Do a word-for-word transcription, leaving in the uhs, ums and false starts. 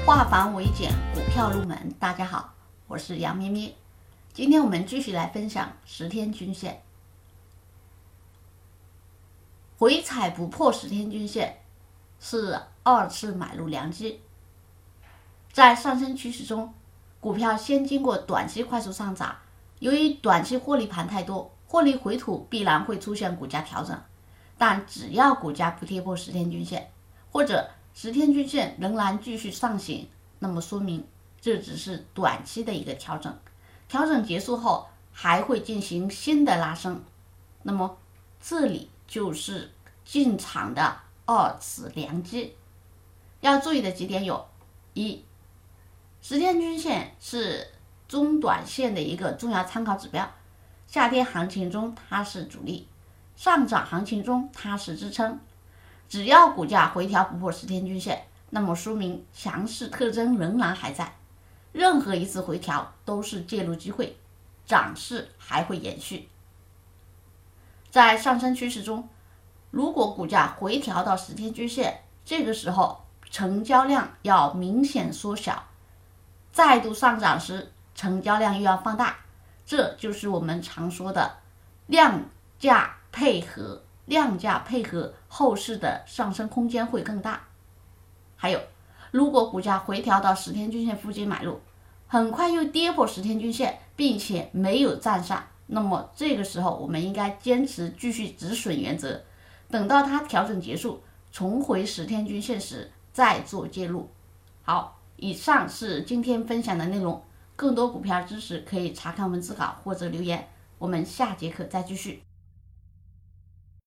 化繁为简，股票入门。大家好，我是杨咩咩。今天我们继续来分享十天均线，回踩不破十天均线是二次买入良机。在上升趋势中，股票先经过短期快速上涨，由于短期获利盘太多，获利回吐必然会出现股价调整。但只要股价不跌破十天均线，或者十天均线仍然继续上行，那么说明这只是短期的一个调整，调整结束后还会进行新的拉升，那么这里就是进场的二次良机。要注意的几点有：一、十天均线是中短线的一个重要参考指标，下跌行情中它是主力，上涨行情中它是支撑。只要股价回调不破十天均线，那么说明强势特征仍然还在，任何一次回调都是介入机会，涨势还会延续。在上升趋势中，如果股价回调到十天均线，这个时候成交量要明显缩小，再度上涨时成交量又要放大，这就是我们常说的量价配合，量价配合后市的上升空间会更大。还有，如果股价回调到十天均线附近买入，很快又跌破十天均线，并且没有站上，那么这个时候我们应该坚持继续止损原则，等到它调整结束，重回十天均线时再做介入。好，以上是今天分享的内容，更多股票知识可以查看文字稿或者留言，我们下节课再继续。